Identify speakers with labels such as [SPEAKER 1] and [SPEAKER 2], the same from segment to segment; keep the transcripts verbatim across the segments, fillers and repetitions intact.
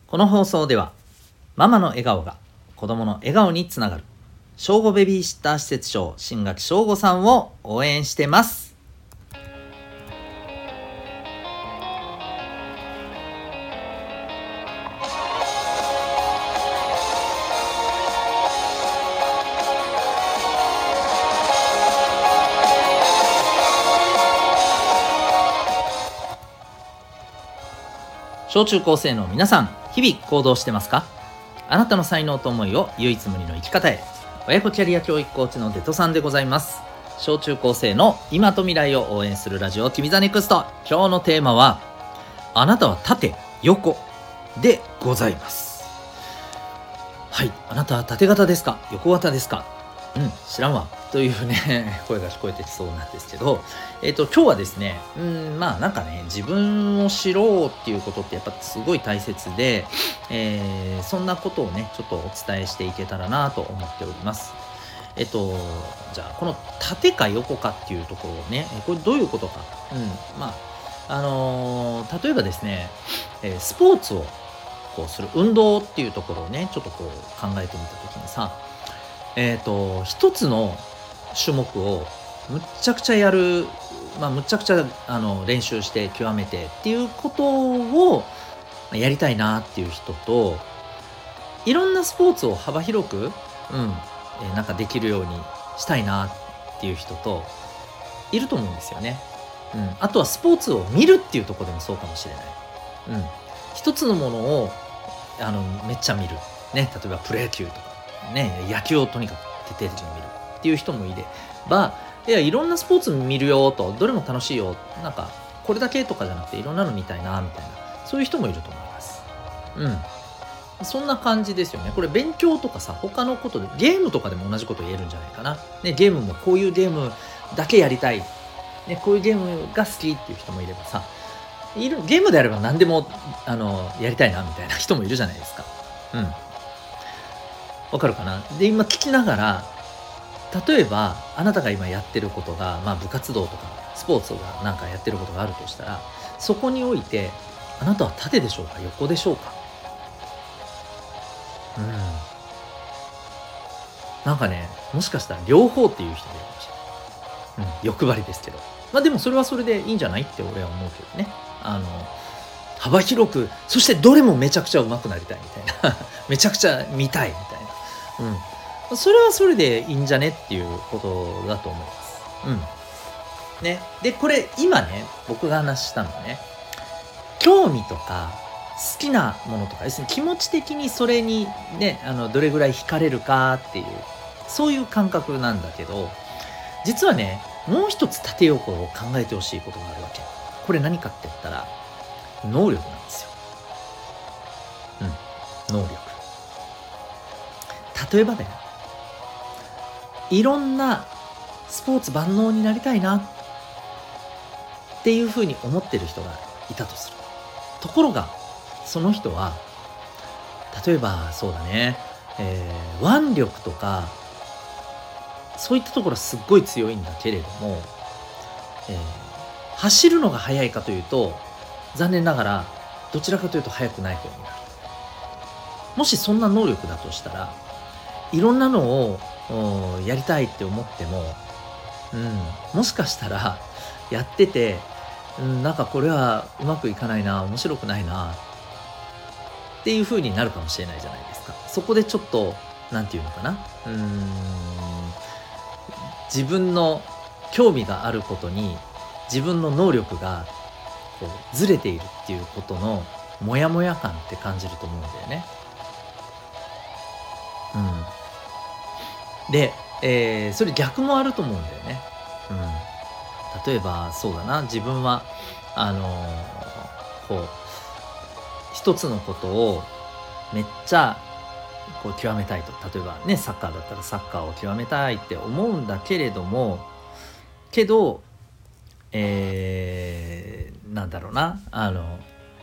[SPEAKER 1] この放送ではママの笑顔が子供の笑顔につながる小5ベビーシッター施設長新垣翔吾さんを応援してます。小中高生の皆さん、日々行動してますか？あなたの才能と思いを唯一無二の生き方へ。親子キャリア教育コーチのデトさんでございます。小中高生の今と未来を応援するラジオ君ザネクスト。今日のテーマはあなたは縦横でございます。はい、あなたは縦型ですか横型ですか？うん知らんわというね声が聞こえてきそうなんですけど、えっと今日はですねうんまあなんかね自分を知ろうっていうことってやっぱすごい大切で、えー、そんなことをねちょっとお伝えしていけたらなと思っております。えっとじゃあこの縦か横かっていうところをねこれどういうことか、うんまああのー、例えばですね、えー、スポーツをこうする運動っていうところをねちょっとこう考えてみたときにさ、えっと一つの種目をむっちゃくちゃやる、まあ、むっちゃくちゃあの練習して極めてっていうことをやりたいなっていう人と、いろんなスポーツを幅広く、うんえなんかできるようにしたいなっていう人といると思うんですよね。うん、あとはスポーツを見るっていうところでもそうかもしれない。うん、一つのものをあのめっちゃ見る、ね、例えばプロ野球とか、ね、野球をとにかく徹底的に見るっていう人もいれば、いやいろんなスポーツ見るよと、どれも楽しいよ、なんかこれだけとかじゃなくていろんなの見たいなみたいな、そういう人もいると思います。うんそんな感じですよね。これ勉強とかさ、他のことでゲームとかでも同じこと言えるんじゃないかな。ね、ゲームもこういうゲームだけやりたい、ね、こういうゲームが好きっていう人もいればさ、いるゲームであれば何でもあのやりたいなみたいな人もいるじゃないですか。うんわかるかな。で今聞きながら、例えばあなたが今やってることが、まあ、部活動とかスポーツがなんかやってることがあるとしたら、そこにおいてあなたは縦でしょうか横でしょうか？うんなんかねもしかしたら両方っていう人もいるかもしれない、うん、欲張りですけど、まあでもそれはそれでいいんじゃないって俺は思うけどね。あの幅広く、そしてどれもめちゃくちゃ上手くなりたいみたいなめちゃくちゃ見たいみたいな、うん、それはそれでいいんじゃねっていうことだと思います。うんね、でこれ今ね僕が話したのはね、興味とか好きなものとか、要するに気持ち的にそれにねあのどれぐらい惹かれるかっていう、そういう感覚なんだけど、実はねもう一つ縦横を考えてほしいことがあるわけ。これ何かって言ったら能力なんですよ。うん能力。例えばね、いろんなスポーツ万能になりたいなっていうふうに思ってる人がいたとする。ところがその人は例えばそうだね、えー、腕力とかそういったところはすっごい強いんだけれども、えー、走るのが速いかというと残念ながらどちらかというと速くない方になる。もしそんな能力だとしたら、いろんなのをやりたいって思っても、うん、もしかしたらやってて、うん、なんかこれはうまくいかないな、面白くないなっていう風になるかもしれないじゃないですか。そこでちょっとなんていうのかな、うーん自分の興味があることに自分の能力がこうずれているっていうことのモヤモヤ感って感じると思うんだよね。うん、で、えー、それ逆もあると思うんだよね。うん、例えばそうだな、自分はあのー、こう一つのことをめっちゃこう極めたいと、例えばねサッカーだったらサッカーを極めたいって思うんだけれども、けど、えー、なんだろうな、あの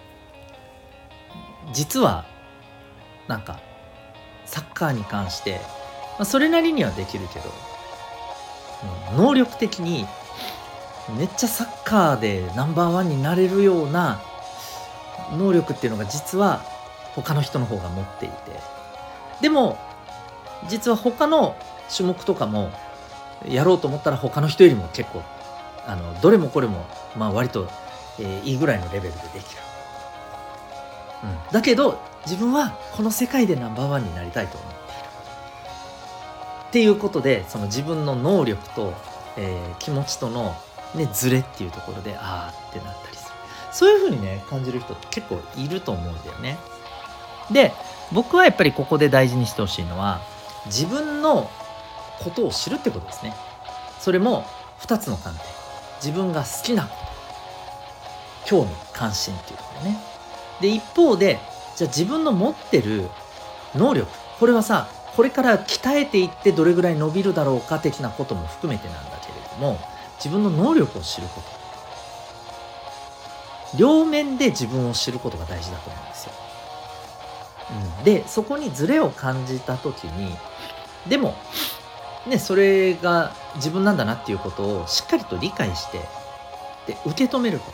[SPEAKER 1] 実はなんかサッカーに関して、まあ、それなりにはできるけど、うん、能力的にめっちゃサッカーでナンバーワンになれるような能力っていうのが実は他の人の方が持っていて、でも実は他の種目とかもやろうと思ったら他の人よりも結構あのどれもこれもまあ割と、えー、いいぐらいのレベルでできる、うん、だけど自分はこの世界でナンバーワンになりたいと思っているっていうことで、その自分の能力と、えー、気持ちとの、ね、ズレっていうところであーってなったりする。そういう風にね感じる人って結構いると思うんだよね。で、僕はやっぱりここで大事にしてほしいのは自分のことを知るってことですね。それもふたつの観点。自分が好きなこと、興味関心っていうところね。で一方でじゃあ自分の持ってる能力、これはさこれから鍛えていってどれぐらい伸びるだろうか的なことも含めてなんだけれども、自分の能力を知ること、両面で自分を知ることが大事だと思うんですよ。うん、でそこにズレを感じた時にでもね、それが自分なんだなっていうことをしっかりと理解してで受け止めること、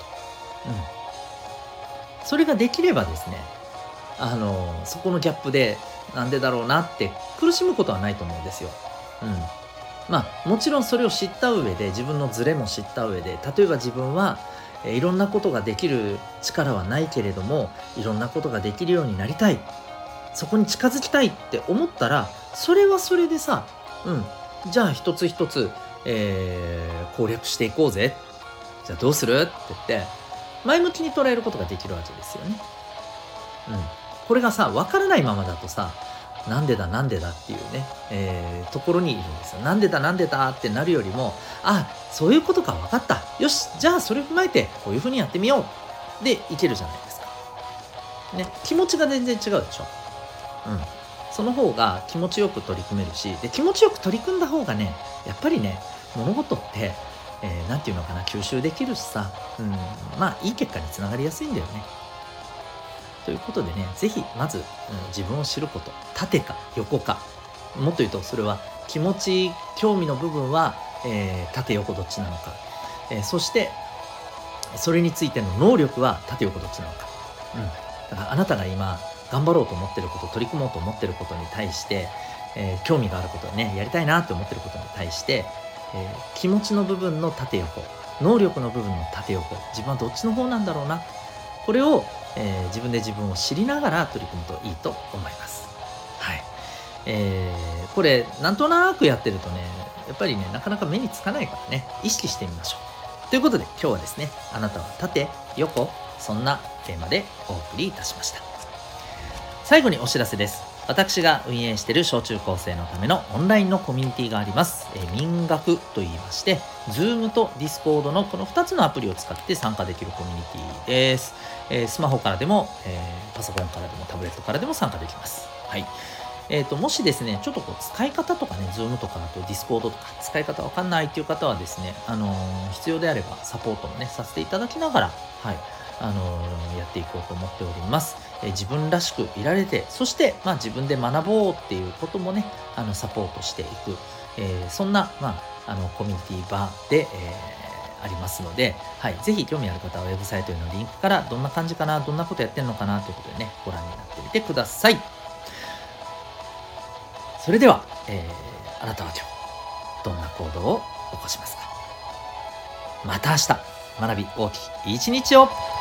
[SPEAKER 1] うん、それができればですね、あのそこのギャップでなんでだろうなって苦しむことはないと思うんですよ。うん、まあもちろんそれを知った上で自分のズレも知った上で、例えば自分はえいろんなことができる力はないけれどもいろんなことができるようになりたい、そこに近づきたいって思ったらそれはそれでさ、うんじゃあ一つ一つ、えー、攻略していこうぜ、じゃあどうするって言って前向きに捉えることができるわけですよね。うん、これがさ分からないままだとさなんでだなんでだっていうね、えー、ところにいるんですよ。なんでだなんでだってなるよりも、あそういうことか分かった、よしじゃあそれを踏まえてこういうふうにやってみようでいけるじゃないですかね。気持ちが全然違うでしょ。うんその方が気持ちよく取り組めるし、で気持ちよく取り組んだ方がねやっぱりね物事って、えー、なんていうのかな吸収できるしさ、うん、まあいい結果につながりやすいんだよね。ということでね、ぜひまず、うん、自分を知ること、縦か横か、もっと言うとそれは気持ち興味の部分は、えー、縦横どっちなのか、えー、そしてそれについての能力は縦横どっちなのか、うん、だからあなたが今頑張ろうと思ってること、取り組もうと思ってることに対して、えー、興味があることね、やりたいなって思ってることに対して、えー、気持ちの部分の縦横、能力の部分の縦横、自分はどっちの方なんだろうな、これを、えー、自分で自分を知りながら取り組むといいと思います。はい、えー、これなんとなくやってるとね、やっぱりねなかなか目につかないからね、意識してみましょう。ということで今日はですね、あなたは縦横、そんなテーマでお送りいたしました。最後にお知らせです。私が運営している小中高生のためのオンラインのコミュニティがあります。えー、民学と言いまして、Zoom と Discord のこのふたつのアプリを使って参加できるコミュニティです。えー、スマホからでも、えー、パソコンからでもタブレットからでも参加できます。はい。えーと、もしですね、ちょっとこう使い方とかね、Zoom とかあと Discord とか使い方わかんないっていう方はですね、あのー、必要であればサポートもね、させていただきながら、はい。あのー、やっていこうと思っております。えー、自分らしくいられて、そして、まあ、自分で学ぼうっていうこともね、あのサポートしていく、えー、そんな、まあ、あのコミュニティ場で、えー、ありますので、はい、ぜひ興味ある方はウェブサイトへのリンクからどんな感じかな、どんなことやってんのかなということでね、ご覧になってみてください。それでは、えー、あなたは今日どんな行動を起こしますか。また明日学び大きい一日を。